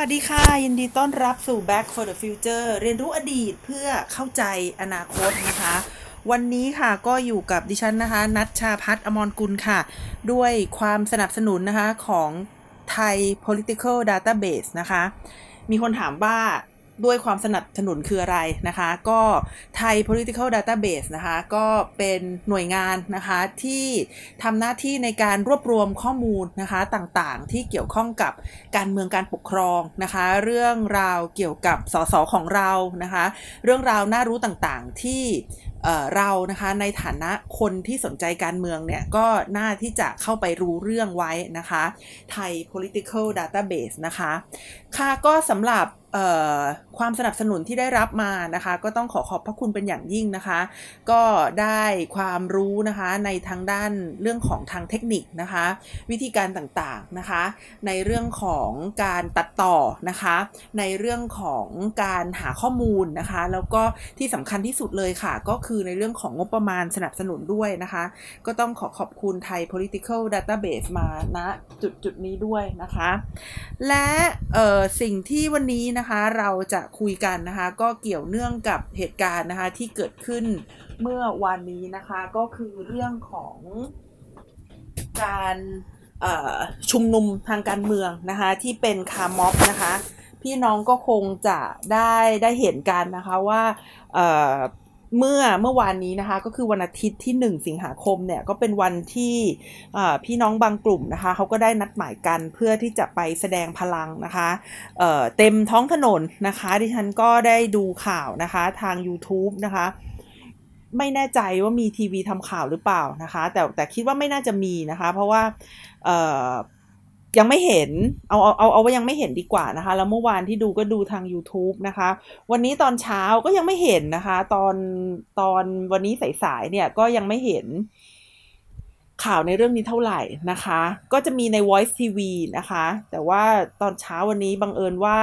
วัสดีค่ะยินดีต้อนรับสู่ Back for the Future เรียนรู้อดีตเพื่อเข้าใจอนาคตนะคะวันนี้ค่ะก็อยู่กับดิฉันนะคะนัชชาพัฒน์อมรกุลค่ะด้วยความสนับสนุนนะคะของไทย Political Database นะคะมีคนถามว่าด้วยความสนับสนุนคืออะไรนะคะก็ไทย Political Database นะคะก็เป็นหน่วยงานนะคะที่ทำหน้าที่ในการรวบรวมข้อมูลนะคะต่างๆที่เกี่ยวข้องกับการเมืองการปกครองนะคะเรื่องราวเกี่ยวกับสสของเรานะคะเรื่องราวน่ารู้ต่างๆที่เรานะคะในฐานะคนที่สนใจการเมืองเนี่ยก็น่าที่จะเข้าไปรู้เรื่องไว้นะคะไทย Political Database นะคะค่ะก็สำหรับความสนับสนุนที่ได้รับมานะคะก็ต้องขอบพระคุณเป็นอย่างยิ่งนะคะก็ได้ความรู้นะคะในทางด้านเรื่องของทางเทคนิคนะคะวิธีการต่างๆนะคะในเรื่องของการตัดต่อนะคะในเรื่องของการหาข้อมูลนะคะแล้วก็ที่สำคัญที่สุดเลยค่ะก็คือในเรื่องของงบประมาณสนับสนุนด้วยนะคะก็ต้องขอบคุณไทย Political Database มาณจุดนี้ด้วยนะคะและสิ่งที่วันนี้นะคะเราจะคุยกันนะคะก็เกี่ยวเนื่องกับเหตุการณ์นะคะที่เกิดขึ้นเมื่อวันนี้นะคะก็คือเรื่องของการชุมนุมทางการเมืองนะคะที่เป็นคาร์ม็อบนะคะพี่น้องก็คงจะได้เห็นกันนะคะว่าเมื่อวานนี้นะคะก็คือวันอาทิตย์ที่1สิงหาคมเนี่ยก็เป็นวันที่พี่น้องบางกลุ่มนะคะเขาก็ได้นัดหมายกันเพื่อที่จะไปแสดงพลังนะคะเต็มท้องถนนนะคะดิฉันก็ได้ดูข่าวนะคะทาง YouTube นะคะไม่แน่ใจว่ามีทีวีทำข่าวหรือเปล่านะคะแต่คิดว่าไม่น่าจะมีนะคะเพราะว่ายังไม่เห็นเอาว่ายังไม่เห็นดีกว่านะคะแล้วเมื่อวานที่ดูก็ดูทาง YouTube นะคะวันนี้ตอนเช้าก็ยังไม่เห็นนะคะตอนวันนี้สายๆเนี่ยก็ยังไม่เห็นข่าวในเรื่องนี้เท่าไหร่นะคะก็จะมีใน Voice TV นะคะแต่ว่าตอนเช้าวันนี้บังเอิญว่า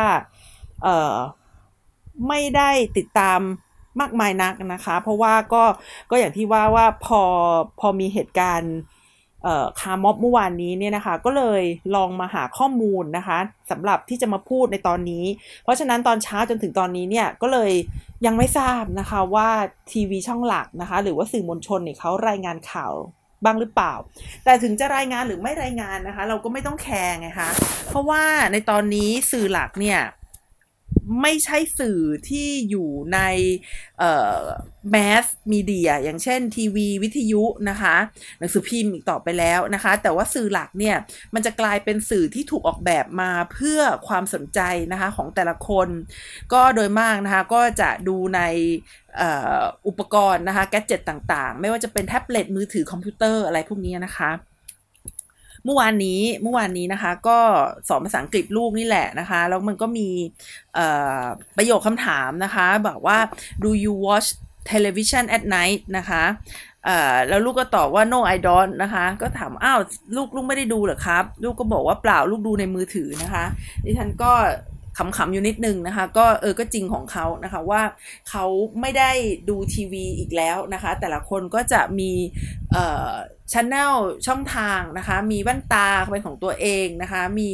ไม่ได้ติดตามมากมายนักนะคะเพราะว่าก็อย่างที่ว่าพอมีเหตุการณ์คาร์ม็อบเมื่อวานนี้เนี่ยนะคะก็เลยลองมาหาข้อมูลนะคะสำหรับที่จะมาพูดในตอนนี้เพราะฉะนั้นตอนเช้าจนถึงตอนนี้เนี่ยก็เลยยังไม่ทราบนะคะว่าทีวีช่องหลักนะคะหรือว่าสื่อมวลชนเนี่ยเขารายงานข่าวบ้างหรือเปล่าแต่ถึงจะรายงานหรือไม่รายงานนะคะเราก็ไม่ต้องแคร์ไงคะเพราะว่าในตอนนี้สื่อหลักเนี่ยไม่ใช่สื่อที่อยู่ในแมสมีเดียอย่างเช่นทีวีวิทยุนะคะหนังสือพิมพ์อีกต่อไปแล้วนะคะแต่ว่าสื่อหลักเนี่ยมันจะกลายเป็นสื่อที่ถูกออกแบบมาเพื่อความสนใจนะคะของแต่ละคนก็โดยมากนะคะก็จะดูในอุปกรณ์นะคะแกดเจ็ตต่างๆไม่ว่าจะเป็นแท็บเล็ตมือถือคอมพิวเตอร์อะไรพวกนี้นะคะเมื่อวานนี้นะคะก็สอนภาษาอังกฤษลูกนี่แหละนะคะแล้วมันก็มีประโยคคำถามนะคะบอกว่า do you watch television at night นะคะแล้วลูกก็ตอบว่า no I don't นะคะก็ถามอ้าวลูกไม่ได้ดูเหรอครับลูกก็บอกว่าเปล่าลูกดูในมือถือนะคะดิฉันก็ขำๆอยู่นิดนึงนะคะก็จริงของเขานะคะว่าเขาไม่ได้ดูทีวีอีกแล้วนะคะแต่ละคนก็จะมีchannel ช่องทางนะคะมีแว่นตาเป็นของตัวเองนะคะมี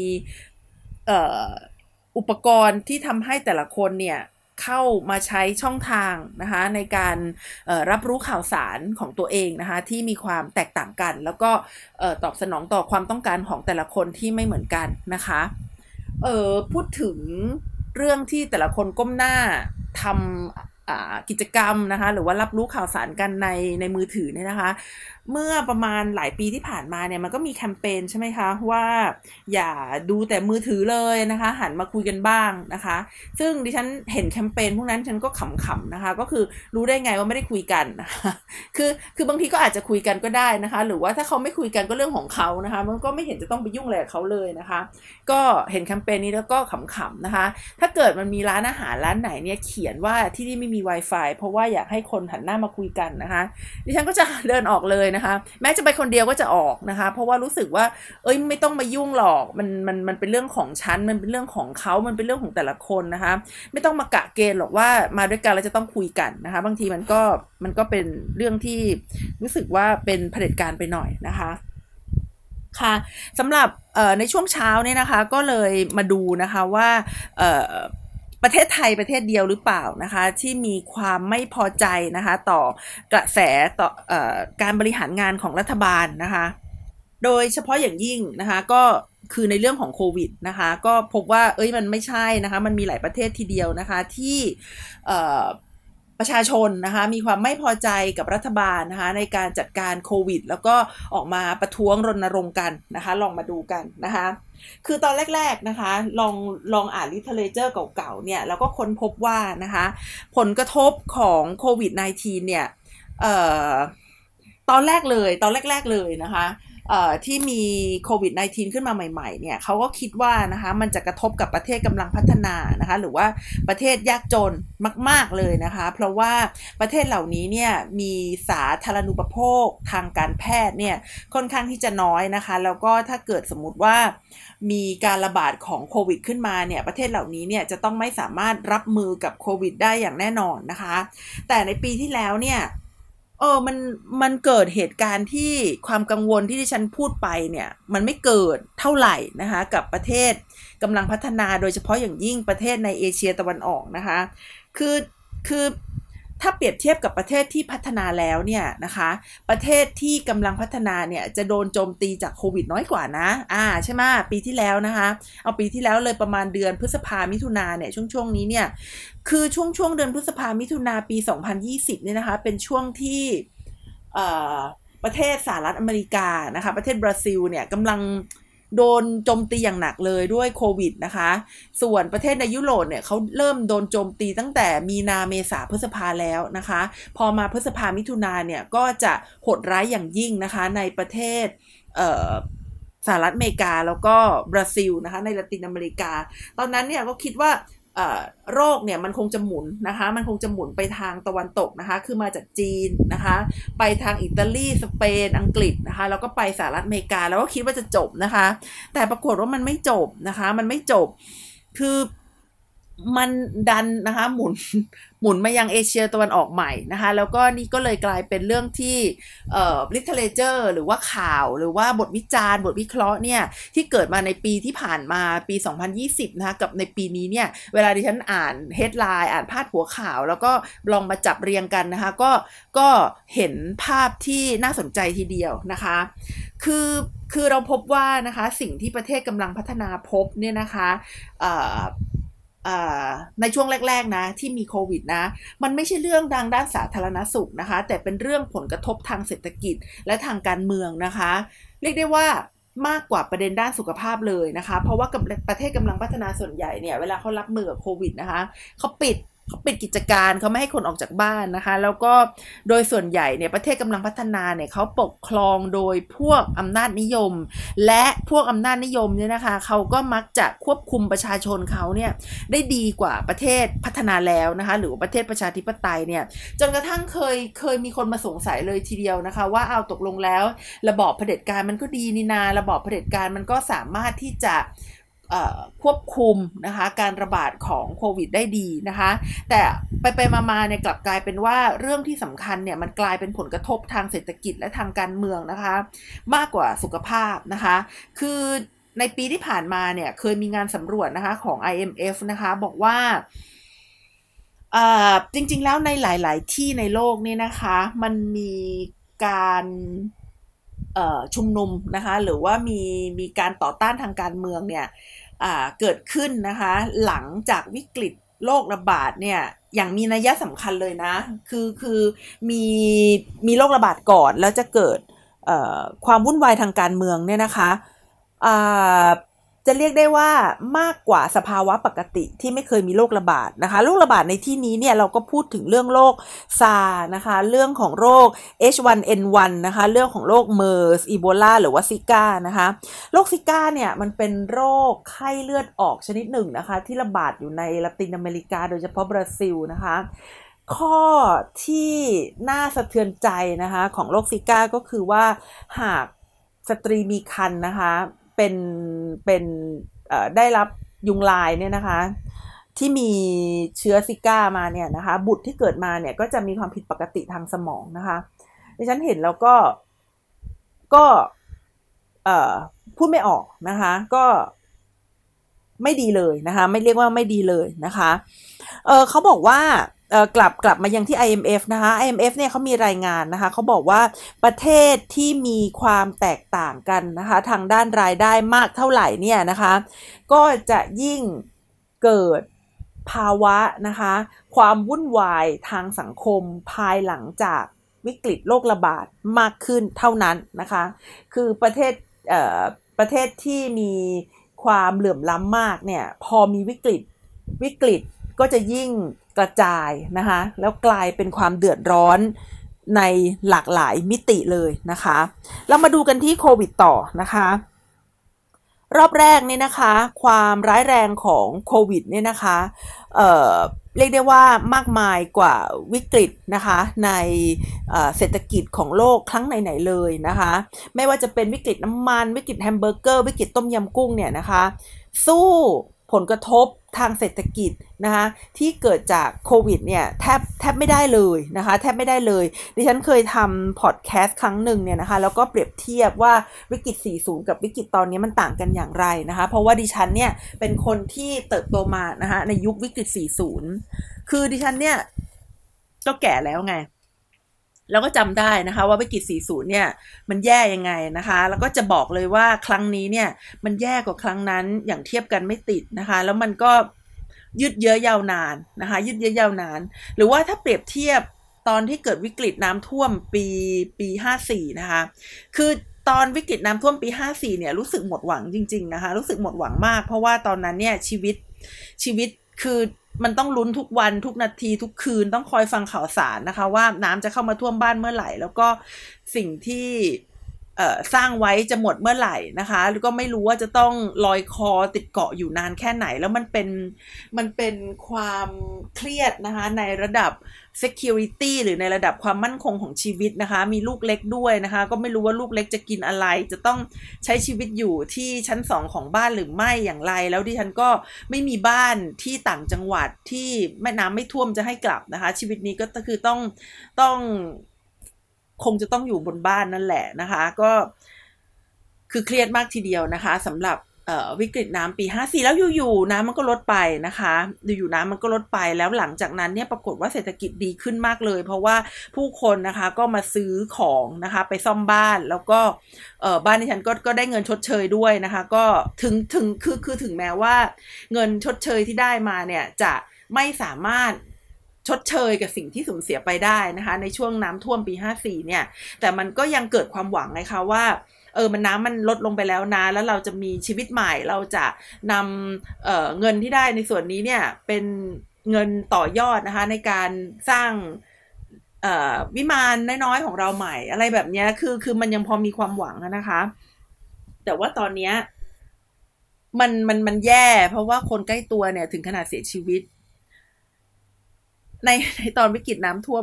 อุปกรณ์ที่ทำให้แต่ละคนเนี่ยเข้ามาใช้ช่องทางนะคะในการรับรู้ข่าวสารของตัวเองนะคะที่มีความแตกต่างกันแล้วก็ตอบสนองต่อความต้องการของแต่ละคนที่ไม่เหมือนกันนะคะพูดถึงเรื่องที่แต่ละคนก้มหน้าทำกิจกรรมนะคะหรือว่ารับรู้ข่าวสารกันในมือถือเนี่ยนะคะเมื่อประมาณหลายปีที่ผ่านมาเนี่ยมันก็มีแคมเปญใช่ไหมคะว่าอย่าดูแต่มือถือเลยนะคะหันมาคุยกันบ้างนะคะซึ่งดิฉันเห็นแคมเปญพวกนั้นฉันก็ขำๆนะคะก็คือรู้ได้ไงว่าไม่ได้คุยกันนะคะคือบางทีก็อาจจะคุยกันก็ได้นะคะหรือว่าถ้าเขาไม่คุยกันก็เรื่องของเขานะคะมันก็ไม่เห็นจะต้องไปยุ่งอะไรกับเขาเลยนะคะก็เห็นแคมเปญนี้แล้วก็ขำๆนะคะถ้าเกิดมันมีร้านอาหารร้านไหนเนี่ยเขียนว่าที่นี่ไม่มี Wi-Fi เพราะว่าอยากให้คนหันหน้ามาคุยกันนะคะดิฉันก็จะเดินออกเลยนะคะแม้จะไปคนเดียวก็จะออกนะคะเพราะว่ารู้สึกว่าไม่ต้องมายุ่งหรอกมันเป็นเรื่องของฉันมันเป็นเรื่องของเขามันเป็นเรื่องของแต่ละคนนะคะไม่ต้องมากะเกณฑ์หรอกว่ามาด้วยกันแล้วจะต้องคุยกันนะคะบางทีมันก็เป็นเรื่องที่รู้สึกว่าเป็นเผด็จการไปหน่อยนะคะค่ะสำหรับในช่วงเช้าเนี่ยนะคะก็เลยมาดูนะคะว่าประเทศไทยประเทศเดียวหรือเปล่านะคะที่มีความไม่พอใจนะคะต่อกระแสต่อการบริหารงานของรัฐบาลนะคะโดยเฉพาะอย่างยิ่งนะคะก็คือในเรื่องของโควิดนะคะก็พบว่ามันไม่ใช่นะคะมันมีหลายประเทศทีเดียวนะคะที่ประชาชนนะคะมีความไม่พอใจกับรัฐบาลนะคะในการจัดการโควิดแล้วก็ออกมาประท้วงรณรงค์กันนะคะลองมาดูกันนะคะคือตอนแรกๆนะคะลองอ่าน literature เก่าๆเนี่ยแล้วก็ค้นพบว่านะคะผลกระทบของโควิด -19 เนี่ยตอนแรกเลยนะคะที่มีโควิด -19 ขึ้นมาใหม่ๆเนี่ยเขาก็คิดว่านะคะมันจะกระทบกับประเทศกำลังพัฒนานะคะหรือว่าประเทศยากจนมากๆเลยนะคะเพราะว่าประเทศเหล่านี้เนี่ยมีสาธารณูปโภคทางการแพทย์เนี่ยค่อนข้างที่จะน้อยนะคะแล้วก็ถ้าเกิดสมมุติว่ามีการระบาดของโควิดขึ้นมาเนี่ยประเทศเหล่านี้เนี่ยจะต้องไม่สามารถรับมือกับโควิดได้อย่างแน่นอนนะคะแต่ในปีที่แล้วเนี่ยมันเกิดเหตุการณ์ที่ความกังวลที่ดิฉันพูดไปเนี่ยมันไม่เกิดเท่าไหร่นะคะกับประเทศกำลังพัฒนาโดยเฉพาะอย่างยิ่งประเทศในเอเชียตะวันออกนะคะคือถ้าเปรียบเทียบกับประเทศที่พัฒนาแล้วเนี่ยนะคะประเทศที่กำลังพัฒนาเนี่ยจะโดนโจมตีจากโควิดน้อยกว่านะใช่ไหมปีที่แล้วนะคะเอาปีที่แล้วเลยประมาณเดือนพฤษภามิถุนาเนี่ยช่วงนี้เนี่ยคือช่วงเดือนพฤษภามิถุนาปี2020เนี่ยนะคะเป็นช่วงที่ประเทศสหรัฐอเมริกานะคะประเทศบราซิลเนี่ยกำลังโดนโจมตีอย่างหนักเลยด้วยโควิดนะคะส่วนประเทศในยุโรปเนี่ยเขาเริ่มโดนโจมตีตั้งแต่มีนาเมษาพฤษภาแล้วนะคะพอมาพฤษภามิถุนาเนี่ยก็จะโหดร้ายอย่างยิ่งนะคะในประเทศสหรัฐอเมริกาแล้วก็บราซิลนะคะในละตินอเมริกาตอนนั้นเนี่ยก็คิดว่าโรคเนี่ยมันคงจะหมุนนะคะมันคงจะหมุนไปทางตะวันตกนะคะคือมาจากจีนนะคะไปทางอิตาลีสเปนอังกฤษนะคะแล้วก็ไปสหรัฐอเมริกาแล้วก็คิดว่าจะจบนะคะแต่ปรากฏว่ามันไม่จบนะคะมันไม่จบคือมันดันนะคะหมุนมายังเอเชียตะวันออกใหม่นะคะแล้วก็นี่ก็เลยกลายเป็นเรื่องที่literature หรือว่าข่าวหรือว่าบทวิจารณ์บทวิเคราะห์เนี่ยที่เกิดมาในปีที่ผ่านมาปี2020นะคะกับในปีนี้เนี่ยเวลาดิฉันอ่าน headline อ่านพาดหัวข่าวแล้วก็ลองมาจับเรียงกันนะคะก็เห็นภาพที่น่าสนใจทีเดียวนะคะคือเราพบว่านะคะสิ่งที่ประเทศกำลังพัฒนาพบเนี่ยนะคะในช่วงแรกๆนะที่มีโควิดนะมันไม่ใช่เรื่องดังด้านสาธารณสุขนะคะแต่เป็นเรื่องผลกระทบทางเศรษฐกิจและทางการเมืองนะคะเรียกได้ว่ามากกว่าประเด็นด้านสุขภาพเลยนะคะเพราะว่าประเทศกำลังพัฒนาส่วนใหญ่เนี่ยเวลาเขารับมือกับโควิดนะคะเขาปิดกิจการเขาไม่ให้คนออกจากบ้านนะคะแล้วก็โดยส่วนใหญ่เนี่ยประเทศกำลังพัฒนาเนี่ยเขาปกครองโดยพวกอำนาจนิยมและพวกอำนาจนิยมเนี่ยนะคะเขาก็มักจะควบคุมประชาชนเขาเนี่ยได้ดีกว่าประเทศพัฒนาแล้วนะคะหรือประเทศประชาธิปไตยเนี่ยจนกระทั่งเคยมีคนมาสงสัยเลยทีเดียวนะคะว่าเอาตกลงแล้วระบอบเผด็จการมันก็ดีนี่นาระบอบเผด็จการมันก็สามารถที่จะควบคุมนะคะการระบาดของโควิดได้ดีนะคะแต่ไปมาเนี่ยกลับกลายเป็นว่าเรื่องที่สำคัญเนี่ยมันกลายเป็นผลกระทบทางเศรษฐกิจและทางการเมืองนะคะมากกว่าสุขภาพนะคะคือในปีที่ผ่านมาเนี่ยเคยมีงานสำรวจนะคะของ IMF นะคะบอกว่าจริงๆแล้วในหลายๆที่ในโลกนี่นะคะมันมีการชุมนุมนะคะหรือว่ามีการต่อต้านทางการเมืองเนี่ยเกิดขึ้นนะคะหลังจากวิกฤตโรคระบาดเนี่ยอย่างมีนัยสำคัญเลยนะคือมีโรคระบาดก่อนแล้วจะเกิดความวุ่นวายทางการเมืองเนี่ยนะคะจะเรียกได้ว่ามากกว่าสภาวะปกติที่ไม่เคยมีโรคระบาดนะคะโรคระบาดในที่นี้เนี่ยเราก็พูดถึงเรื่องโรคซาร์นะคะเรื่องของโรค H1N1 นะคะเรื่องของโรคเมอร์สอีโบลาหรือว่าซิก้านะคะโรคซิก้าเนี่ยมันเป็นโรคไข้เลือดออกชนิดหนึ่งนะคะที่ระบาดอยู่ในละตินอเมริกาโดยเฉพาะบราซิลนะคะข้อที่น่าสะเทือนใจนะคะของโรคซิก้าก็คือว่าหากสตรีมีครรภ์นะคะเป็นได้รับยุงลายเนี่ยนะคะที่มีเชื้อซิก้ามาเนี่ยนะคะบุตรที่เกิดมาเนี่ยก็จะมีความผิดปกติทางสมองนะคะดิฉันเห็นแล้วก็พูดไม่ออกนะคะก็ไม่ดีเลยนะคะไม่เรียกว่าไม่ดีเลยนะคะเขาบอกว่ากลับมายังที่ IMF นะคะ IMF เนี่ยเขามีรายงานนะคะเขาบอกว่าประเทศที่มีความแตกต่างกันนะคะทางด้านรายได้มากเท่าไหร่เนี่ยนะคะก็จะยิ่งเกิดภาวะนะคะความวุ่นวายทางสังคมภายหลังจากวิกฤตโรคระบาดมากขึ้นเท่านั้นนะคะคือประเทศที่มีความเหลื่อมล้ำมากเนี่ยพอมีวิกฤตก็จะยิ่งกระจายนะคะแล้วกลายเป็นความเดือดร้อนในหลากหลายมิติเลยนะคะเรามาดูกันที่โควิดต่อนะคะรอบแรกนี่นะคะความร้ายแรงของโควิดเนี่ยนะคะเรียกได้ว่ามากมายกว่าวิกฤตนะคะในเศรษฐกิจของโลกครั้งไหนๆเลยนะคะไม่ว่าจะเป็นวิกฤตน้ำมันวิกฤตแฮมเบอร์เกอร์วิกฤตต้มยำกุ้งเนี่ยนะคะสู้ผลกระทบทางเศรษฐกิจนะคะที่เกิดจากโควิดเนี่ยแทบไม่ได้เลยนะคะแทบไม่ได้เลยดิฉันเคยทำพอดแคสต์ครั้งหนึ่งเนี่ยนะคะแล้วก็เปรียบเทียบว่าวิกฤต40กับวิกฤตตอนนี้มันต่างกันอย่างไรนะคะเพราะว่าดิฉันเนี่ยเป็นคนที่เติบโตมานะคะในยุควิกฤต40คือดิฉันเนี่ยก็แก่แล้วไงแล้วก็จำได้นะคะว่าวิกฤต40เนี่ยมันแย่ยังไงนะคะแล้วก็จะบอกเลยว่าครั้งนี้เนี่ยมันแย่กว่าครั้งนั้นอย่างเทียบกันไม่ติดนะคะแล้วมันก็ยืดเยื้อยาวนานนะคะยืดเยื้อยาวนานหรือว่าถ้าเปรียบเทียบตอนที่เกิดวิกฤตน้ำท่วมปี54นะคะคือตอนวิกฤตน้ำท่วมปี54เนี่ยรู้สึกหมดหวังจริงๆนะคะรู้สึกหมดหวังมากเพราะว่าตอนนั้นเนี่ยชีวิตคือมันต้องลุ้นทุกวันทุกนาทีทุกคืนต้องคอยฟังข่าวสารนะคะว่าน้ำจะเข้ามาท่วมบ้านเมื่อไหร่แล้วก็สิ่งที่สร้างไว้จะหมดเมื่อไหร่นะคะแล้วก็ไม่รู้ว่าจะต้องลอยคอติดเกาะอยู่นานแค่ไหนแล้วมันเป็นความเครียดนะคะในระดับ security หรือในระดับความมั่นคงของชีวิตนะคะมีลูกเล็กด้วยนะคะก็ไม่รู้ว่าลูกเล็กจะกินอะไรจะต้องใช้ชีวิตอยู่ที่ชั้น2ของบ้านหรือไม่อย่างไรแล้วดิฉันก็ไม่มีบ้านที่ต่างจังหวัดที่แม่น้ำไม่ท่วมจะให้กลับนะคะชีวิตนี้ก็คือต้องคงจะต้องอยู่บนบ้านนั่นแหละนะคะก็คือเครียดมากทีเดียวนะคะสำหรับวิกฤตน้ำปี54แล้วอยู่ๆน้ำมันก็ลดไปนะคะอยู่ๆน้ำมันก็ลดไปแล้วหลังจากนั้นเนี่ยปรากฏว่าเศรษฐกิจดีขึ้นมากเลยเพราะว่าผู้คนนะคะก็มาซื้อของนะคะไปซ่อมบ้านแล้วก็บ้านที่ฉันก็ได้เงินชดเชยด้วยนะคะก็คือถึงแม้ว่าเงินชดเชยที่ได้มาเนี่ยจะไม่สามารถชดเชยกับสิ่งที่สูญเสียไปได้นะคะในช่วงน้ำท่วมปี54เนี่ยแต่มันก็ยังเกิดความหวังไงคะว่าน้ำมันลดลงไปแล้วนะแล้วเราจะมีชีวิตใหม่เราจะนำเงินที่ได้ในส่วนนี้เนี่ยเป็นเงินต่อยอดนะคะในการสร้างวิมานน้อยๆของเราใหม่อะไรแบบนี้คือมันยังพอมีความหวังนะคะแต่ว่าตอนนี้มันแย่เพราะว่าคนใกล้ตัวเนี่ยถึงขนาดเสียชีวิตในตอนวิกฤตน้ำท่วม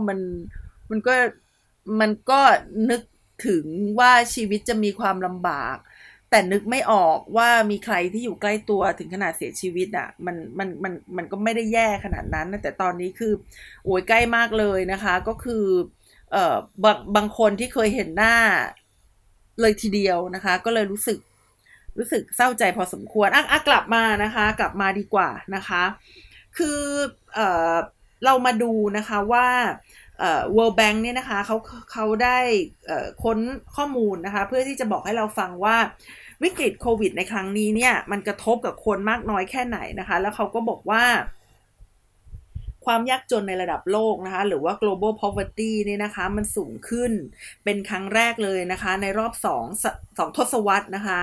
มันก็นึกถึงว่าชีวิตจะมีความลำบากแต่นึกไม่ออกว่ามีใครที่อยู่ใกล้ตัวถึงขนาดเสียชีวิตอ่ะมันก็ไม่ได้แย่ขนาดนั้นแต่ตอนนี้คือโอ้ยใกล้มากเลยนะคะก็คือบางคนที่เคยเห็นหน้าเลยทีเดียวนะคะก็เลยรู้สึกเศร้าใจพอสมควรกลับมานะคะกลับมาดีกว่านะคะคือเรามาดูนะคะว่าWorld Bank เนี่ยนะคะเขาได้ค้นข้อมูลนะคะเพื่อที่จะบอกให้เราฟังว่าวิกฤตโควิดในครั้งนี้เนี่ยมันกระทบกับคนมากน้อยแค่ไหนนะคะแล้วเขาก็บอกว่าความยากจนในระดับโลกนะคะหรือว่า global poverty เนี่ยนะคะมันสูงขึ้นเป็นครั้งแรกเลยนะคะในรอบ2ทศวรรษนะคะ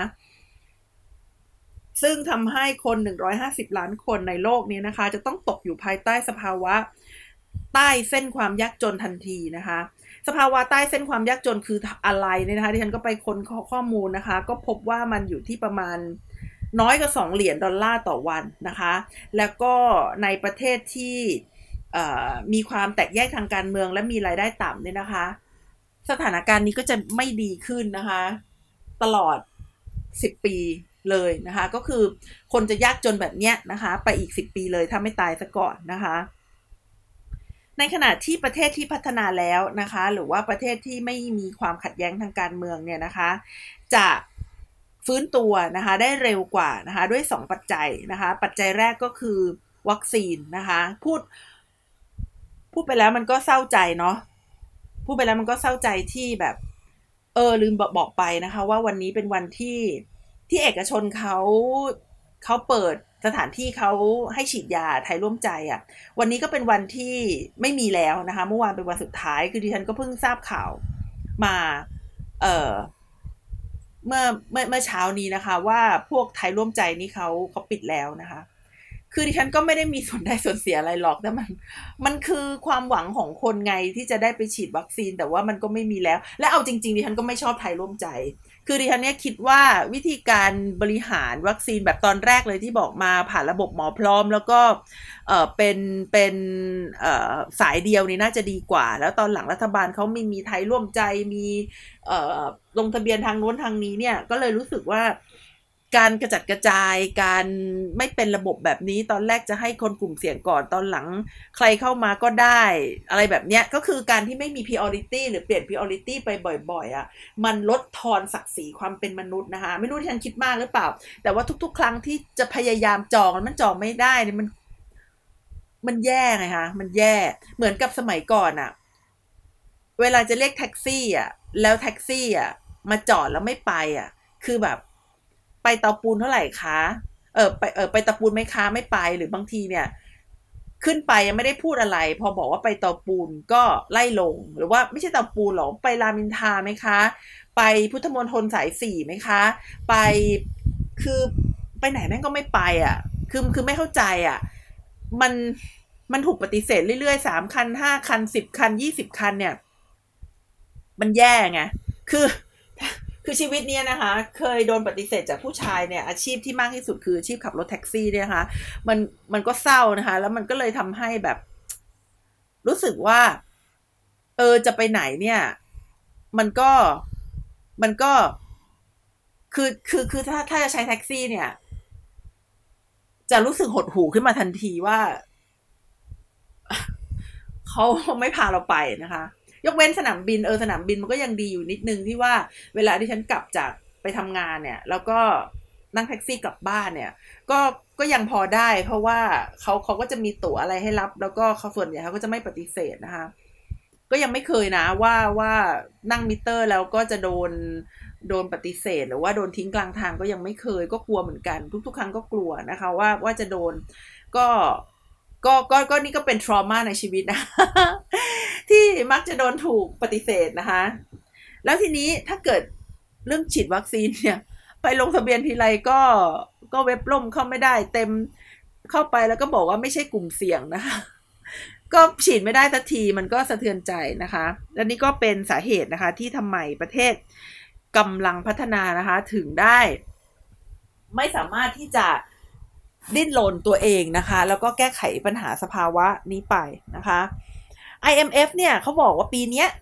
ซึ่งทำให้คน150ล้านคนในโลกนี้นะคะจะต้องตกอยู่ภายใต้สภาวะใต้เส้นความยากจนทันทีนะคะสภาวะใต้เส้นความยากจนคืออะไรเนี่ยนะคะที่ฉันก็ไปค้นข้อมูลนะคะก็พบว่ามันอยู่ที่ประมาณน้อยกว่า$2ต่อวันนะคะแล้วก็ในประเทศที่มีความแตกแยกทางการเมืองและมีรายได้ต่ำเนี่ยนะคะสถานการณ์นี้ก็จะไม่ดีขึ้นนะคะตลอด10ปีเลยนะคะก็คือคนจะยากจนแบบเนี้ยนะคะไปอีก10ปีเลยถ้าไม่ตายซะก่อนนะคะในขณะที่ประเทศที่พัฒนาแล้วนะคะหรือว่าประเทศที่ไม่มีความขัดแย้งทางการเมืองเนี่ยนะคะจะฟื้นตัวนะคะได้เร็วกว่านะคะด้วย2ปัจจัยนะคะปัจจัยแรกก็คือวัคซีนนะคะพูดไปแล้วมันก็เศร้าใจเนาะพูดไปแล้วมันก็เศร้าใจที่แบบลืมบอกไปนะคะว่าวันนี้เป็นวันที่เอกชนเขาเปิดสถานที่เขาให้ฉีดยาไทยร่วมใจอ่ะวันนี้ก็เป็นวันที่ไม่มีแล้วนะคะเมื่อวานเป็นวันสุดท้ายคือดิฉันก็เพิ่งทราบข่าวมาเอ่อเมื่อเช้านี้นะคะว่าพวกไทยร่วมใจนี่เขาปิดแล้วนะคะคือดิฉันก็ไม่ได้มีส่วนได้ส่วนเสียอะไรหรอกแต่มันคือความหวังของคนไงที่จะได้ไปฉีดวัคซีนแต่ว่ามันก็ไม่มีแล้วและเอาจริงๆดิฉันก็ไม่ชอบไทยร่วมใจคือดิฉันเนี่ยคิดว่าวิธีการบริหารวัคซีนแบบตอนแรกเลยที่บอกมาผ่านระบบหมอพร้อมแล้วก็เป็นสายเดียวนี่น่าจะดีกว่าแล้วตอนหลังรัฐบาลเขามีไทยร่วมใจมีลงทะเบียนทางโน้นทางนี้เนี่ยก็เลยรู้สึกว่าการกระจัดกระจายการไม่เป็นระบบแบบนี้ตอนแรกจะให้คนกลุ่มเสี่ยงก่อนตอนหลังใครเข้ามาก็ได้อะไรแบบเนี้ยก็คือการที่ไม่มี priority หรือเปลี่ยน priority ไปบ่อยๆอ่ะมันลดทอนศักดิ์ศรีความเป็นมนุษย์นะคะไม่รู้ที่ฉันคิดมากหรือเปล่าแต่ว่าทุกๆครั้งที่จะพยายามจองมันจองไม่ได้เนี่ยมันแย่ไงคะมันแย่เหมือนกับสมัยก่อนอะเวลาจะเรียกแท็กซี่อะแล้วแท็กซี่อะมาจอดแล้วไม่ไปอะคือแบบไปเตาปูนเท่าไหร่คะไปเตาปูนไหมคะไม่ไปหรือบางทีเนี่ยขึ้นไปยังไม่ได้พูดอะไรพอบอกว่าไปเตาปูนก็ไล่ลงหรือว่าไม่ใช่เตาปูนหรอไปรามอินทราไหมคะไปพุทธมณฑลสาย4ไหมคะไปคือไปไหนแม่งก็ไม่ไปอ่ะคือไม่เข้าใจอ่ะมันมันถูกปฏิเสธเรื่อยๆ3 คัน5 คัน10 คัน20 คันเนี่ยมันแย่ไงคือคือชีวิตเนี้ยนะคะเคยโดนปฏิเสธจากผู้ชายเนี่ยอาชีพที่มากที่สุดคืออาชีพขับรถแท็กซี่เนี่ยนะคะมันก็เศร้านะคะแล้วมันก็เลยทำให้แบบรู้สึกว่าจะไปไหนเนี่ยมันก็มันก็คือถ้าจะใช้แท็กซี่เนี่ยจะรู้สึกหดหู่ขึ้นมาทันทีว่าเขาไม่พาเราไปนะคะยกเว้นสนามบินสนามบินมันก็ยังดีอยู่นิดนึงที่ว่าเวลาที่ฉันกลับจากไปทำงานเนี่ยแล้วก็นั่งแท็กซี่กลับบ้านเนี่ยก็ยังพอได้เพราะว่าเขาก็จะมีตั๋วอะไรให้รับแล้วก็เขาส่วนใหญ่เขาก็จะไม่ปฏิเสธนะคะก็ยังไม่เคยนะว่านั่งมิเตอร์แล้วก็จะโดนปฏิเสธหรือว่าโดนทิ้งกลางทางก็ยังไม่เคยก็กลัวเหมือนกันทุกๆครั้งก็กลัวนะคะว่าจะโดนก็ก็นี่ก็เป็น trauma ในชีวิตนะ ที่มักจะโดนถูกปฏิเสธนะคะแล้วทีนี้ถ้าเกิดเรื่องฉีดวัคซีนเนี่ยไปลงทะเบียนทีไรก็เว็บล่มเข้าไม่ได้เต็มเข้าไปแล้วก็บอกว่าไม่ใช่กลุ่มเสี่ยงนะคะก็ฉีดไม่ได้สักทีมันก็สะเทือนใจนะคะและนี่ก็เป็นสาเหตุนะคะที่ทำไมประเทศกำลังพัฒนานะคะถึงได้ไม่สามารถที่จะดิ้นรนตัวเองนะคะแล้วก็แก้ไขปัญหาสภาวะนี้ไปนะคะ IMF เนี่ยเขาบอกว่าปี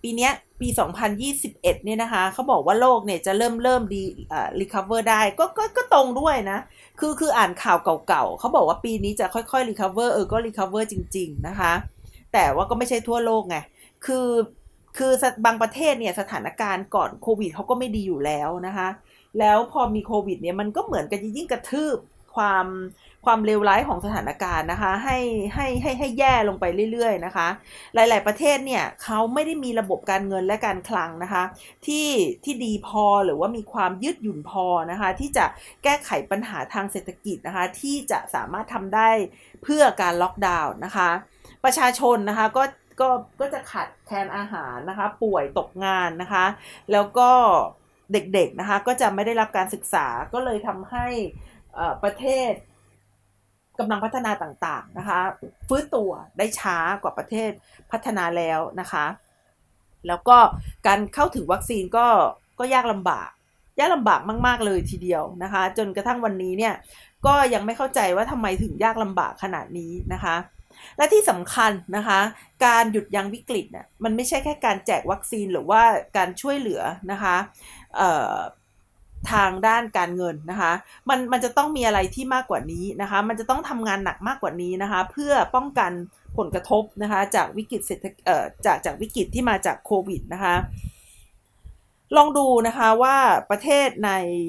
2021เนี่ยนะคะเขาบอกว่าโลกเนี่ยจะเริ่มดีrecover ได้ก็ตรงด้วยนะคืออ่านข่าวเก่าๆเขาบอกว่าปีนี้จะค่อยๆ recover ก็ recover จริงๆนะคะแต่ว่าก็ไม่ใช่ทั่วโลกไงคือคือบางประเทศเนี่ยสถานการณ์ก่อนโควิดเขาก็ไม่ดีอยู่แล้วนะคะแล้วพอมีโควิดเนี่ยมันก็เหมือนกับยิ่งกระทืบความเลวร้ายของสถานการณ์นะคะให้แย่ลงไปเรื่อยๆนะคะหลายๆประเทศเนี่ยเขาไม่ได้มีระบบการเงินและการคลังนะคะที่ดีพอหรือว่ามีความยืดหยุ่นพอนะคะที่จะแก้ไขปัญหาทางเศรษฐกิจนะคะที่จะสามารถทำได้เพื่อการล็อกดาวน์นะคะประชาชนนะคะก็จะขาดแคลนอาหารนะคะป่วยตกงานนะคะแล้วก็เด็กๆนะคะก็จะไม่ได้รับการศึกษาก็เลยทำให้ประเทศกำลังพัฒนาต่างๆนะคะฟื้นตัวได้ช้ากว่าประเทศพัฒนาแล้วนะคะแล้วก็การเข้าถึงวัคซีนก็ยากลำบากมากๆเลยทีเดียวนะคะจนกระทั่งวันนี้เนี่ยก็ยังไม่เข้าใจว่าทำไมถึงยากลำบากขนาดนี้นะคะและที่สำคัญนะคะการหยุดยั้งวิกฤตเนี่ยมันไม่ใช่แค่การแจกวัคซีนหรือว่าการช่วยเหลือนะคะทางด้านการเงินนะคะมันจะต้องมีอะไรที่มากกว่านี้นะคะมันจะต้องทำงานหนักมากกว่านี้นะคะเพื่อป้องกันผลกระทบนะคะจากวิกฤตจากวิกฤตที่มาจากโควิดนะคะลองดูนะคะว่าประเทศใน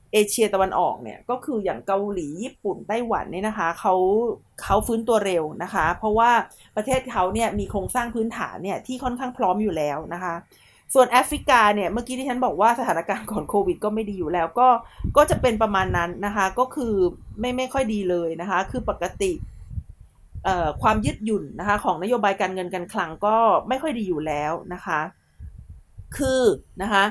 เอเชียตะวันออกเนี่ยก็คืออย่างเกาหลีญี่ปุ่นไต้หวันเนี่ยนะคะเขาฟื้นตัวเร็วนะคะเพราะว่าประเทศเขาเนี่ยมีโครงสร้างพื้นฐานเนี่ยที่ค่อนข้างพร้อมอยู่แล้วนะคะส่วนแอฟริกาเนี่ยเมื่อกี้ที่ฉันบอกว่าสถานการณ์ก่อนโควิดก็ไม่ดีอยู่แล้วก็จะเป็นประมาณนั้นนะคะก็คือไม่ค่อยดีเลยนะคะคือปกติความยืดหยุ่นนะคะของนโยบายการเงินการคลังก็ไม่ค่อยดีอยู่แล้วนะคะคือนะคะ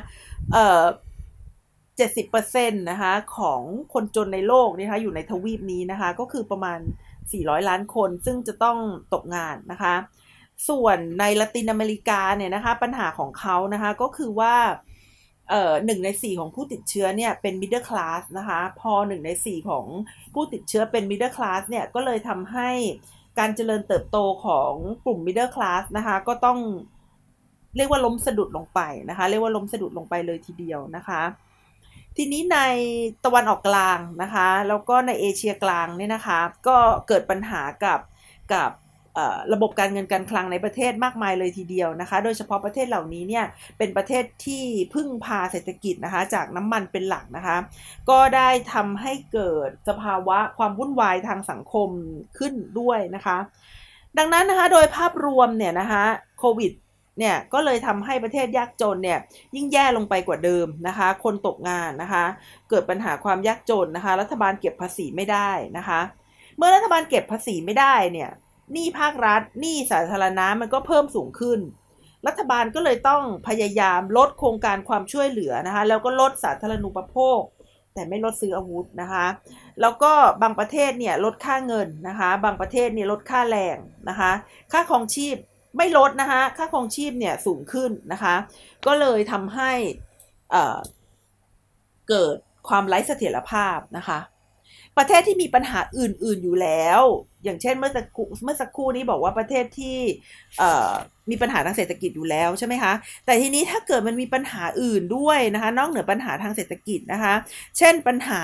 70%นะคะของคนจนในโลกนะคะอยู่ในทวีปนี้นะคะก็คือประมาณ400ล้านคนซึ่งจะต้องตกงานนะคะส่วนในละตินอเมริกาเนี่ยนะคะปัญหาของเขานะคะก็คือว่า1 ใน 4ของผู้ติดเชื้อเนี่ยเป็น middle class นะคะพอ1 ใน 4ของผู้ติดเชื้อเป็น middle class เนี่ยก็เลยทำให้การเจริญเติบโตของกลุ่ม middle class นะคะก็ต้องเรียกว่าล้มสะดุดลงไปนะคะเรียกว่าล้มสะดุดลงไปเลยทีเดียวนะคะทีนี้ในตะวันออกกลางนะคะแล้วก็ในเอเชียกลางเนี่ยนะคะก็เกิดปัญหากับระบบการเงินการคลังในประเทศมากมายเลยทีเดียวนะคะโดยเฉพาะประเทศเหล่านี้เนี่ยเป็นประเทศที่พึ่งพาเศรษฐกิจนะคะจากน้ำมันเป็นหลักนะคะก็ได้ทำให้เกิดสภาวะความวุ่นวายทางสังคมขึ้นด้วยนะคะดังนั้นนะคะโดยภาพรวมเนี่ยนะคะโควิดเนี่ยก็เลยทำให้ประเทศยากจนเนี่ยยิ่งแย่ลงไปกว่าเดิมนะคะคนตกงานนะคะเกิดปัญหาความยากจนนะคะรัฐบาลเก็บภาษีไม่ได้นะคะเมื่อรัฐบาลเก็บภาษีไม่ได้เนี่ยหนี้ภาครัฐหนี้สาธารณะมันก็เพิ่มสูงขึ้นรัฐบาลก็เลยต้องพยายามลดโครงการความช่วยเหลือนะคะแล้วก็ลดสาธารณูปโภคแต่ไม่ลดซื้ออาวุธนะคะแล้วก็บางประเทศเนี่ยลดค่าเงินนะคะบางประเทศเนี่ยลดค่าแรงนะคะค่าครองชีพไม่ลดนะคะค่าครองชีพเนี่ยสูงขึ้นนะคะก็เลยทำให้เกิดความไร้เสถียรภาพนะคะประเทศที่มีปัญหาอื่นๆอยู่แล้วอย่างเช่นเมื่อสักครู่นี้บอกว่าประเทศที่มีปัญหาทางเศรษฐกิจอยู่แล้วใช่ไหมคะแต่ทีนี้ถ้าเกิดมันมีปัญหาอื่นด้วยนะคะนอกเหนือปัญหาทางเศรษฐกิจนะคะเช่นปัญหา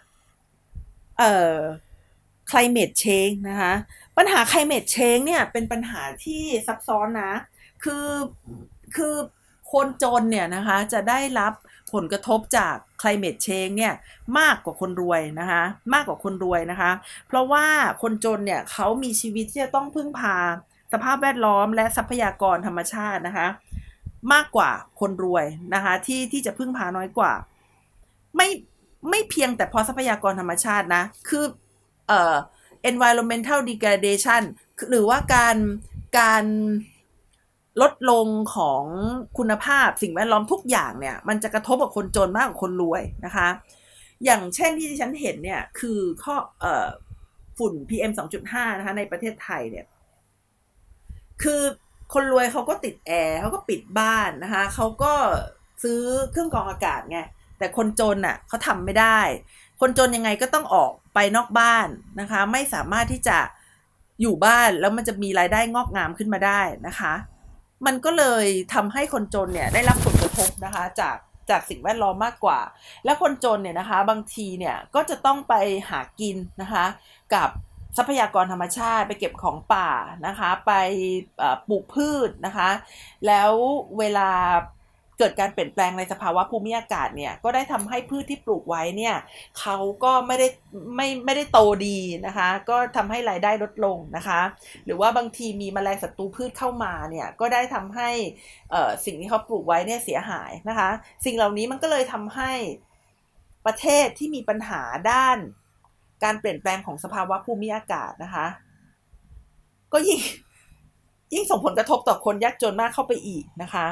climate change นะคะปัญหา climate change เนี่ยเป็นปัญหาที่ซับซ้อนนะคือคนจนเนี่ยนะคะจะได้รับผลกระทบจาก climate change เนี่ยมากกว่าคนรวยนะคะมากกว่าคนรวยนะคะเพราะว่าคนจนเนี่ยเขามีชีวิตที่จะต้องพึ่งพาสภาพแวดล้อมและทรัพยากรธรรมชาตินะคะมากกว่าคนรวยนะคะที่จะพึ่งพาน้อยกว่าไม่เพียงแต่เพราะทรัพยากรธรรมชาตินะคือenvironmental degradation หรือว่าการลดลงของคุณภาพสิ่งแวดล้อมทุกอย่างเนี่ยมันจะกระทบกับคนจนมากกว่าคนรวยนะคะอย่างเช่นที่ฉันเห็นเนี่ยคือข้อฝุ่น PM 2.5 นะคะในประเทศไทยเนี่ยคือคนรวยเขาก็ติดแอร์เขาก็ปิดบ้านนะคะเขาก็ซื้อเครื่องกรองอากาศไงแต่คนจนอ่ะเขาทำไม่ได้คนจนยังไงก็ต้องออกไปนอกบ้านนะคะไม่สามารถที่จะอยู่บ้านแล้วมันจะมีรายได้งอกงามขึ้นมาได้นะคะมันก็เลยทำให้คนจนเนี่ยได้รับผลกระทบนะคะจากสิ่งแวดล้อมมากกว่าและคนจนเนี่ยนะคะบางทีเนี่ยก็จะต้องไปหากินนะคะกับทรัพยากรธรรมชาติไปเก็บของป่านะคะไปปลูกพืชนะคะแล้วเวลาเกิดการเปลี่ยนแปลงในสภาวะภูมิอากาศเนี่ยก็ได้ทำให้พืชที่ปลูกไว้เนี่ยเขาก็ไม่ได้โตดีนะคะก็ทำให้รายได้ลดลงนะคะหรือว่าบางทีมีแมลงศัตรูพืชเข้ามาเนี่ยก็ได้ทำให้สิ่งที่เขาปลูกไว้เนี่ยเสียหายนะคะสิ่งเหล่านี้มันก็เลยทำให้ประเทศที่มีปัญหาด้านการเปลี่ยนแปลงของสภาวะภูมิอากาศนะคะก็ยิ่งส่งผลกระทบต่อคนยากจนมากเข้าไปอีกนะคะ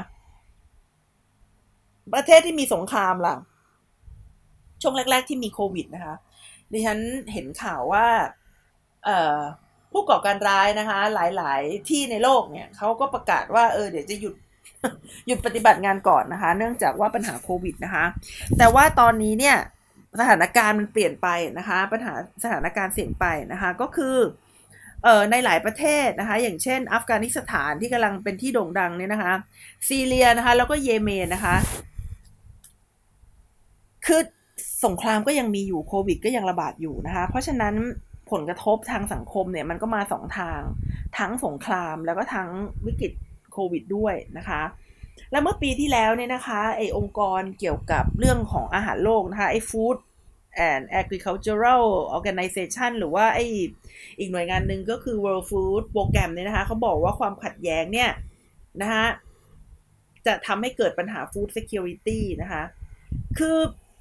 ประเทศที่มีสงครามล่ะช่วงแรกๆที่มีโควิดนะคะดิฉันเห็นข่าวว่าผู้ก่อการร้ายนะคะหลายๆที่ในโลกเนี่ยเขาก็ประกาศว่าเดี๋ยวจะหยุดปฏิบัติงานก่อนนะคะเนื่องจากว่าปัญหาโควิดนะคะแต่ว่าตอนนี้เนี่ยสถานการณ์มันเปลี่ยนไปนะคะสถานการณ์เสี่ยงไปนะคะก็คือในหลายประเทศนะคะอย่างเช่นอัฟกานิสถานที่กำลังเป็นที่โด่งดังเนี่ยนะคะซีเรียนะคะแล้วก็เยเมนนะคะคือสงครามก็ยังมีอยู่โควิดก็ยังระบาดอยู่นะคะเพราะฉะนั้นผลกระทบทางสังคมเนี่ยมันก็มาสองทางทั้งสงครามแล้วก็ทั้งวิกฤตโควิดด้วยนะคะแล้วเมื่อปีที่แล้วเนี่ยนะคะองค์กรเกี่ยวกับเรื่องของอาหารโลกนะคะฟู้ด and Agricultural Organization หรือว่าอีกหน่วยงานหนึ่งก็คือ World Food Program เนี่ยนะคะเขาบอกว่าความขัดแย้งเนี่ยนะคะจะทำให้เกิดปัญหา Food Security นะคะคือ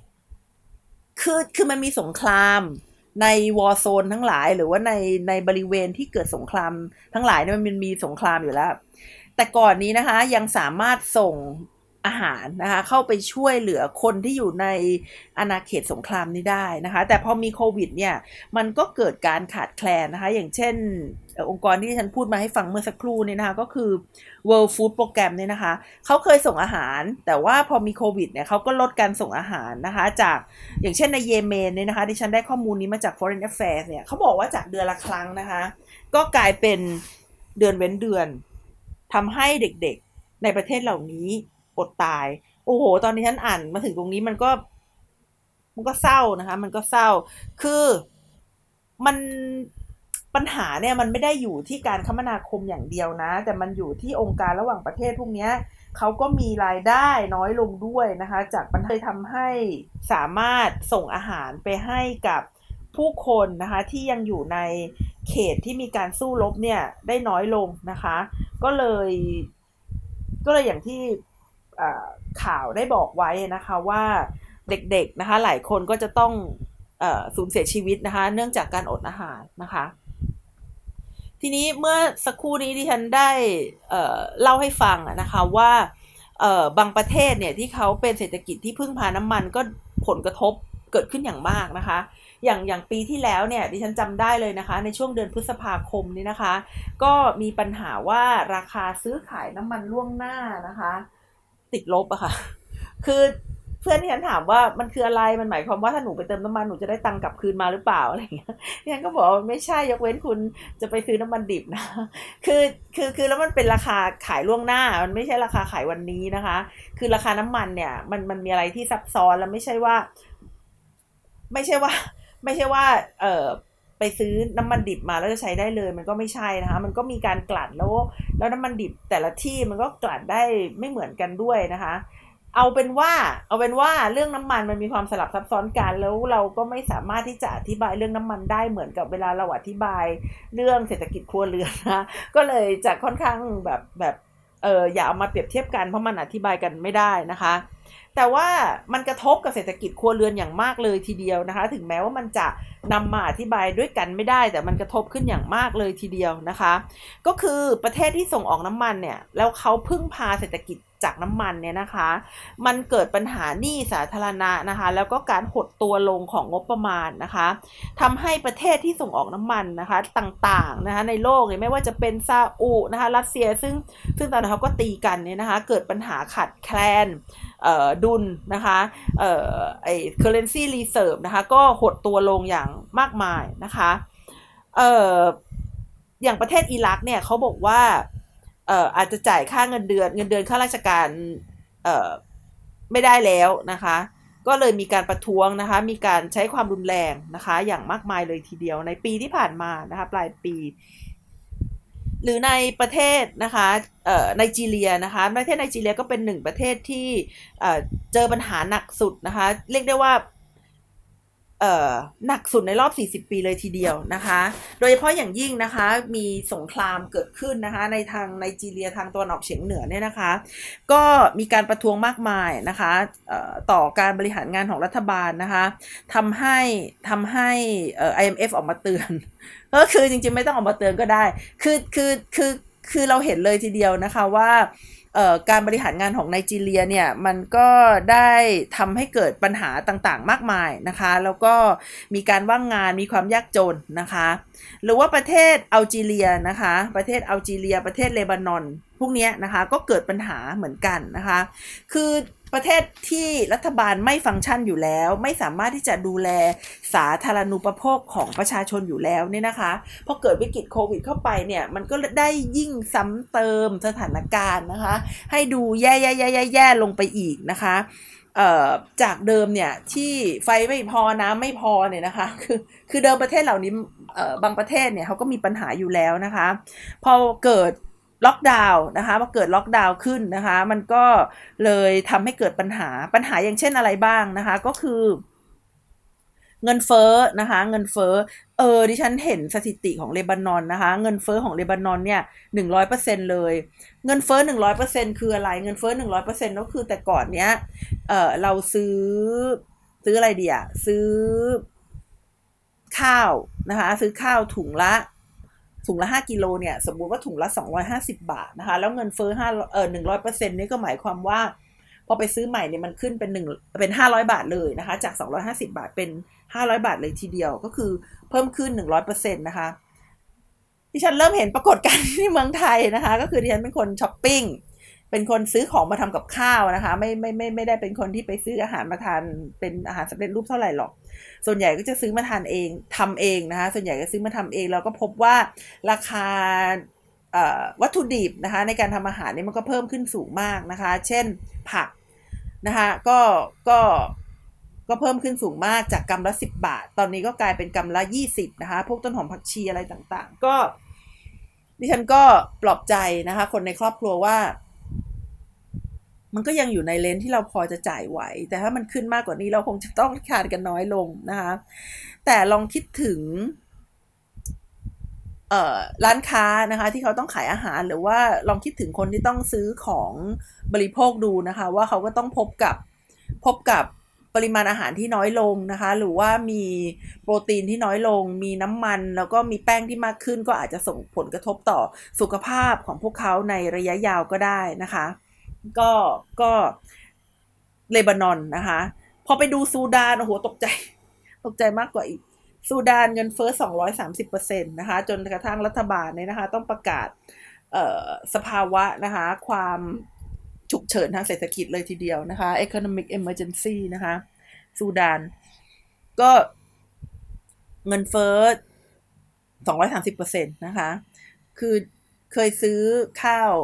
คือมันมีสงครามในวอร์โซนทั้งหลายหรือว่าในบริเวณที่เกิดสงครามทั้งหลายเนี่ยมันมีสงครามอยู่แล้วแต่ก่อนนี้นะคะยังสามารถส่งอาหารนะคะเข้าไปช่วยเหลือคนที่อยู่ในอาณาเขตสงครามนี้ได้นะคะแต่พอมีโควิดเนี่ยมันก็เกิดการขาดแคลนนะคะอย่างเช่นองค์กรที่ฉันพูดมาให้ฟังเมื่อสักครู่นี้นะคะก็คือ World Food Program เนี่ยนะคะเขาเคยส่งอาหารแต่ว่าพอมีโควิดเนี่ยเขาก็ลดการส่งอาหารนะคะจากอย่างเช่นในเยเมนเนี่ยนะคะที่ฉันได้ข้อมูลนี้มาจาก Foreign Affairs เนี่ยเขาบอกว่าจากเดือนละครั้งนะคะก็กลายเป็นเดือนเว้นเดือนทำให้เด็กๆในประเทศเหล่านี้อดตายโอ้โหตอนนี้ฉันอ่านมาถึงตรงนี้มันก็เศร้านะคะมันก็เศร้าคือมันปัญหาเนี่ยมันไม่ได้อยู่ที่การคมนาคมอย่างเดียวนะแต่มันอยู่ที่องค์การระหว่างประเทศพวกนี้เขาก็มีรายได้น้อยลงด้วยนะคะจากปัญหาทำให้สามารถส่งอาหารไปให้กับผู้คนนะคะที่ยังอยู่ในเขตที่มีการสู้รบเนี่ยได้น้อยลงนะคะก็เลยอย่างที่ข่าวได้บอกไว้นะคะว่าเด็กๆนะคะหลายคนก็จะต้องสูญเสียชีวิตนะคะเนื่องจากการอดอาหารนะคะทีนี้เมื่อสักครู่นี้ที่ฉันได้เล่าให้ฟังนะคะว่าบางประเทศเนี่ยที่เขาเป็นเศรษฐกิจที่พึ่งพาน้ำมันก็ผลกระทบเกิดขึ้นอย่างมากนะคะอย่างปีที่แล้วเนี่ยดิฉันจำได้เลยนะคะในช่วงเดือนพฤษภาคมนี้นะคะก็มีปัญหาว่าราคาซื้อขายน้ำมันล่วงหน้านะคะติดลบอะค่ะคือเพื่อนที่ฉันถามว่ามันคืออะไรมันหมายความว่าถ้าหนูไปเติมน้ำมันหนูจะได้ตังค์กลับคืนมาหรือเปล่าอะไรอย่างเงี้ยฉันก็บอกไม่ใช่ยกเว้นคุณจะไปซื้อน้ำมันดิบนะคือแล้วมันเป็นราคาขายล่วงหน้ามันไม่ใช่ราคาขายวันนี้นะคะคือราคาน้ำมันเนี่ยมันมีอะไรที่ซับซ้อนแล้วไม่ใช่ว่าไม่ใช่ว่าไม่ใช่ว่าไปซื้อน้ำมันดิบมาแล้วจะใช้ได้เลยมันก็ไม่ใช่นะคะมันก็มีการกลั่นแล้วน้ำมันดิบแต่ละที่มันก็กลั่นได้ไม่เหมือนกันด้วยนะคะเอาเป็นว่าเรื่องน้ำมันมันมีความสลับซับซ้อนกันแล้วเราก็ไม่สามารถที่จะอธิบายเรื่องน้ำมันได้เหมือนกับเวลาเราอธิบายเรื่องเศรษฐกิจครัวเรือนนะก็เลยจะค่อนข้างแบบอย่าเอามาเปรียบเทียบกันเพราะมันอธิบายกันไม่ได้นะคะแต่ว่ามันกระทบกับเศรษฐกิจครัวเรือนอย่างมากเลยทีเดียวนะคะถึงแม้ว่ามันจะนำมาอธิบายด้วยกันไม่ได้แต่มันกระทบขึ้นอย่างมากเลยทีเดียวนะคะก็คือประเทศที่ส่งออกน้ำมันเนี่ยแล้วเขาพึ่งพาเศรษฐกิจจากน้ำมันเนี่ยนะคะมันเกิดปัญหาหนี้สาธารณะนะคะแล้วก็การหดตัวลงของงบประมาณนะคะทำให้ประเทศที่ส่งออกน้ำมันนะคะต่างๆนะคะในโลกเนี่ยไม่ว่าจะเป็นซาอุนะคะรัสเซียซึ่งตอนนั้นเขาก็ตีกันเนี่ยนะคะเกิดปัญหาขาดแคลนดุลนะคะcurrency reserve นะคะก็หดตัวลงอย่างมากมายนะคะอย่างประเทศอิรักเนี่ยเขาบอกว่าอาจจะจ่ายค่าเงินเดือนข้าราชการไม่ได้แล้วนะคะก็เลยมีการประท้วงนะคะมีการใช้ความรุนแรงนะคะอย่างมากมายเลยทีเดียวในปีที่ผ่านมานะคะปลายปีหรือในประเทศนะคะไนจีเรียนะคะประเทศไนจีเรียก็เป็นหนึ่งประเทศที่เจอปัญหาหนักสุดนะคะเรียกได้ว่าหนักสุดในรอบ40ปีเลยทีเดียวนะคะโดยเฉพาะอย่างยิ่งนะคะมีสงครามเกิดขึ้นนะคะในทางไนจีเรียทางตะวันออกเฉียงเหนือเนี่ยนะคะก็มีการประท้วงมากมายนะคะต่อการบริหารงานของรัฐบาลนะคะทำให้IMF ออกมาเตือนก็คือจริงๆไม่ต้องออกมาเตือนก็ได้คือเราเห็นเลยทีเดียวนะคะว่าการบริหารงานของไนจีเรียเนี่ยมันก็ได้ทำให้เกิดปัญหาต่างๆมากมายนะคะแล้วก็มีการว่างงานมีความยากจนนะคะหรือว่าประเทศอัลจีเรียนะคะประเทศอัลจีเรียประเทศเลบานอนพวกนี้นะคะก็เกิดปัญหาเหมือนกันนะคะคือประเทศที่รัฐบาลไม่ฟังก์ชันอยู่แล้วไม่สามารถที่จะดูแลสาธารณูปโภคของประชาชนอยู่แล้วเนี่ยนะคะพอเกิดวิกฤตโควิดเข้าไปเนี่ยมันก็ได้ยิ่งซ้ำเติมสถานการณ์นะคะให้ดูแย่ลงไปอีกนะคะจากเดิมเนี่ยที่ไฟไม่พอน้ำไม่พอเนี่ยนะคะคือเดิมประเทศเหล่านี้บางประเทศเนี่ยเขาก็มีปัญหาอยู่แล้วนะคะพอเกิดล็อกดาวน์นะคะพอเกิดล็อกดาวน์ขึ้นนะคะมันก็เลยทำให้เกิดปัญหาอย่างเช่นอะไรบ้างนะคะก็คือเงินเฟ้อนะคะเงินเฟ้อดิฉันเห็นสถิติของเลบานอนนะคะเงินเฟ้อของเลบานอนเนี่ย100%เลยเงินเฟ้อ100%คืออะไรเงินเฟ้อ100%ก็คือแต่ก่อนเนี้ยเราซื้ออะไรดีอะซื้อข้าวนะคะซื้อข้าวถุงละ5กิโลเนี่ยสมมุติว่าถุงละ250บาทนะคะแล้วเงินเฟ้อ100%นี่ก็หมายความว่าพอไปซื้อใหม่เนี่ยมันขึ้นเป็น500บาทเลยนะคะจาก250บาทเป็น500บาทเลยทีเดียวก็คือเพิ่มขึ้น100%นะคะที่ฉันเริ่มเห็นปรากฏการณ์ที่เมืองไทยนะคะก็คือที่ฉันเป็นคนช้อปปิ้งเป็นคนซื้อของมาทำกับข้าวนะคะไม่ได้เป็นคนที่ไปซื้ออาหารมาทานเป็นอาหารสำเร็จรูปเท่าไหร่หรอกส่วนใหญ่ก็จะซื้อมาทานเองทำเองนะคะส่วนใหญ่ก็ซื้อมาทำเองเราก็พบว่าราคาวัตถุดิบนะคะในการทำอาหารนี่มันก็เพิ่มขึ้นสูงมากนะคะเช่นผักนะคะก็เพิ่มขึ้นสูงมากจากกรัมละ10 บาทตอนนี้ก็กลายเป็นกรัมละ20นะคะพวกต้นหอมผักชีอะไรต่างๆก็ดิฉันก็ปลอบใจนะคะคนในครอบครัวว่ามันก็ยังอยู่ในเลนที่เราพอจะจ่ายไหวแต่ถ้ามันขึ้นมากกว่านี้เราคงจะต้องทานกันน้อยลงนะคะแต่ลองคิดถึงร้านค้านะคะที่เขาต้องขายอาหารหรือว่าลองคิดถึงคนที่ต้องซื้อของบริโภคดูนะคะว่าเขาก็ต้องพบกับปริมาณอาหารที่น้อยลงนะคะหรือว่ามีโปรตีนที่น้อยลงมีน้ำมันแล้วก็มีแป้งที่มากขึ้นก็อาจจะส่งผลกระทบต่อสุขภาพของพวกเขาในระยะยาวก็ได้นะคะก็เลบานอนนะคะพอไปดูซูดานโอ้โหตกใจมากกว่าอีกซูดานเงินเฟ้อ230%นะคะจนกระทั่งรัฐบาลเนี่ยนะคะต้องประกาศสภาวะนะคะความฉุกเฉินทางเศรษฐกิจเลยทีเดียวนะคะ economic emergency นะคะซูดานก็เงินเฟ้อ230%นะคะคือเคยซื้อข้าว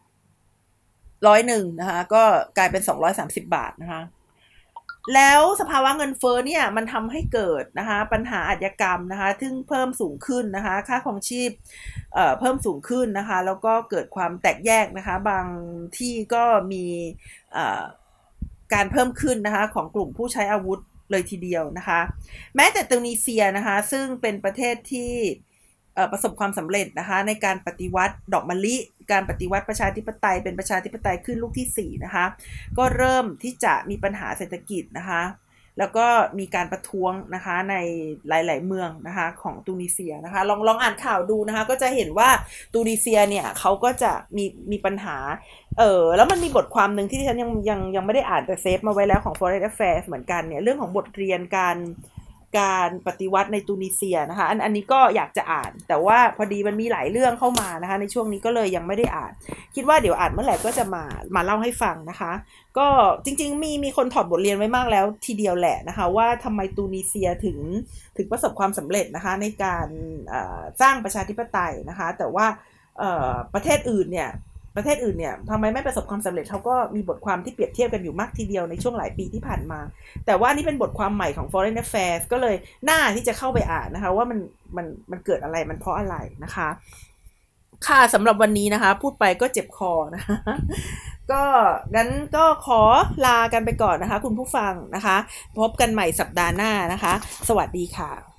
100นะคะก็กลายเป็น230บาทนะคะแล้วสภาวะเงินเฟ้อเนี่ยมันทำให้เกิดนะคะปัญหาอาชญากรรมนะคะซึ่งเพิ่มสูงขึ้นนะคะค่าครองชีพเพิ่มสูงขึ้นนะคะแล้วก็เกิดความแตกแยกนะคะบางที่ก็มีการเพิ่มขึ้นนะคะของกลุ่มผู้ใช้อาวุธเลยทีเดียวนะคะแม้แต่ตุนิเซียนะคะซึ่งเป็นประเทศที่ประสบความสำเร็จนะคะในการปฏิวัติดอกมะลิการปฏิวัติประชาธิปไตยเป็นประชาธิปไตยขึ้นลูกที่4นะคะก็เริ่มที่จะมีปัญหาเศรษฐกิจนะคะแล้วก็มีการประท้วงนะคะในหลายๆเมืองนะคะของตุนิเซียนะคะลองอ่านข่าวดูนะคะก็จะเห็นว่าตุนิเซียเนี่ยเขาก็จะมีปัญหาแล้วมันมีบทความหนึ่งที่ฉันยังไม่ได้อ่านแต่เซฟมาไว้แล้วของ Foreign Affairs เหมือนกันเนี่ยเรื่องของบทเรียนการปฏิวัติในตุนิเซียนะคะอันนี้ก็อยากจะอ่านแต่ว่าพอดีมันมีหลายเรื่องเข้ามานะคะในช่วงนี้ก็เลยยังไม่ได้อ่านคิดว่าเดี๋ยวอ่านเมื่อไหร่ก็จะมาเล่าให้ฟังนะคะก็จริงๆมีคนถอดบทเรียนไว้มากแล้วทีเดียวแหละนะคะว่าทำไมตุนิเซียถึงประสบความสำเร็จนะคะในการสร้างประชาธิปไตยนะคะแต่ว่าประเทศอื่นเนี่ยทำไมไม่ประสบความสำเร็จเขาก็มีบทความที่เปรียบเทียบกันอยู่มากทีเดียวในช่วงหลายปีที่ผ่านมาแต่ว่านี่เป็นบทความใหม่ของ Foreign Affairs ก็เลยน่าที่จะเข้าไปอ่านนะคะว่ามันเกิดอะไรมันเพราะอะไรนะคะค่ะสำหรับวันนี้นะคะพูดไปก็เจ็บคอนะคะก็งั้นก็ขอลากันไปก่อนนะคะคุณผู้ฟังนะคะพบกันใหม่สัปดาห์หน้านะคะสวัสดีค่ะ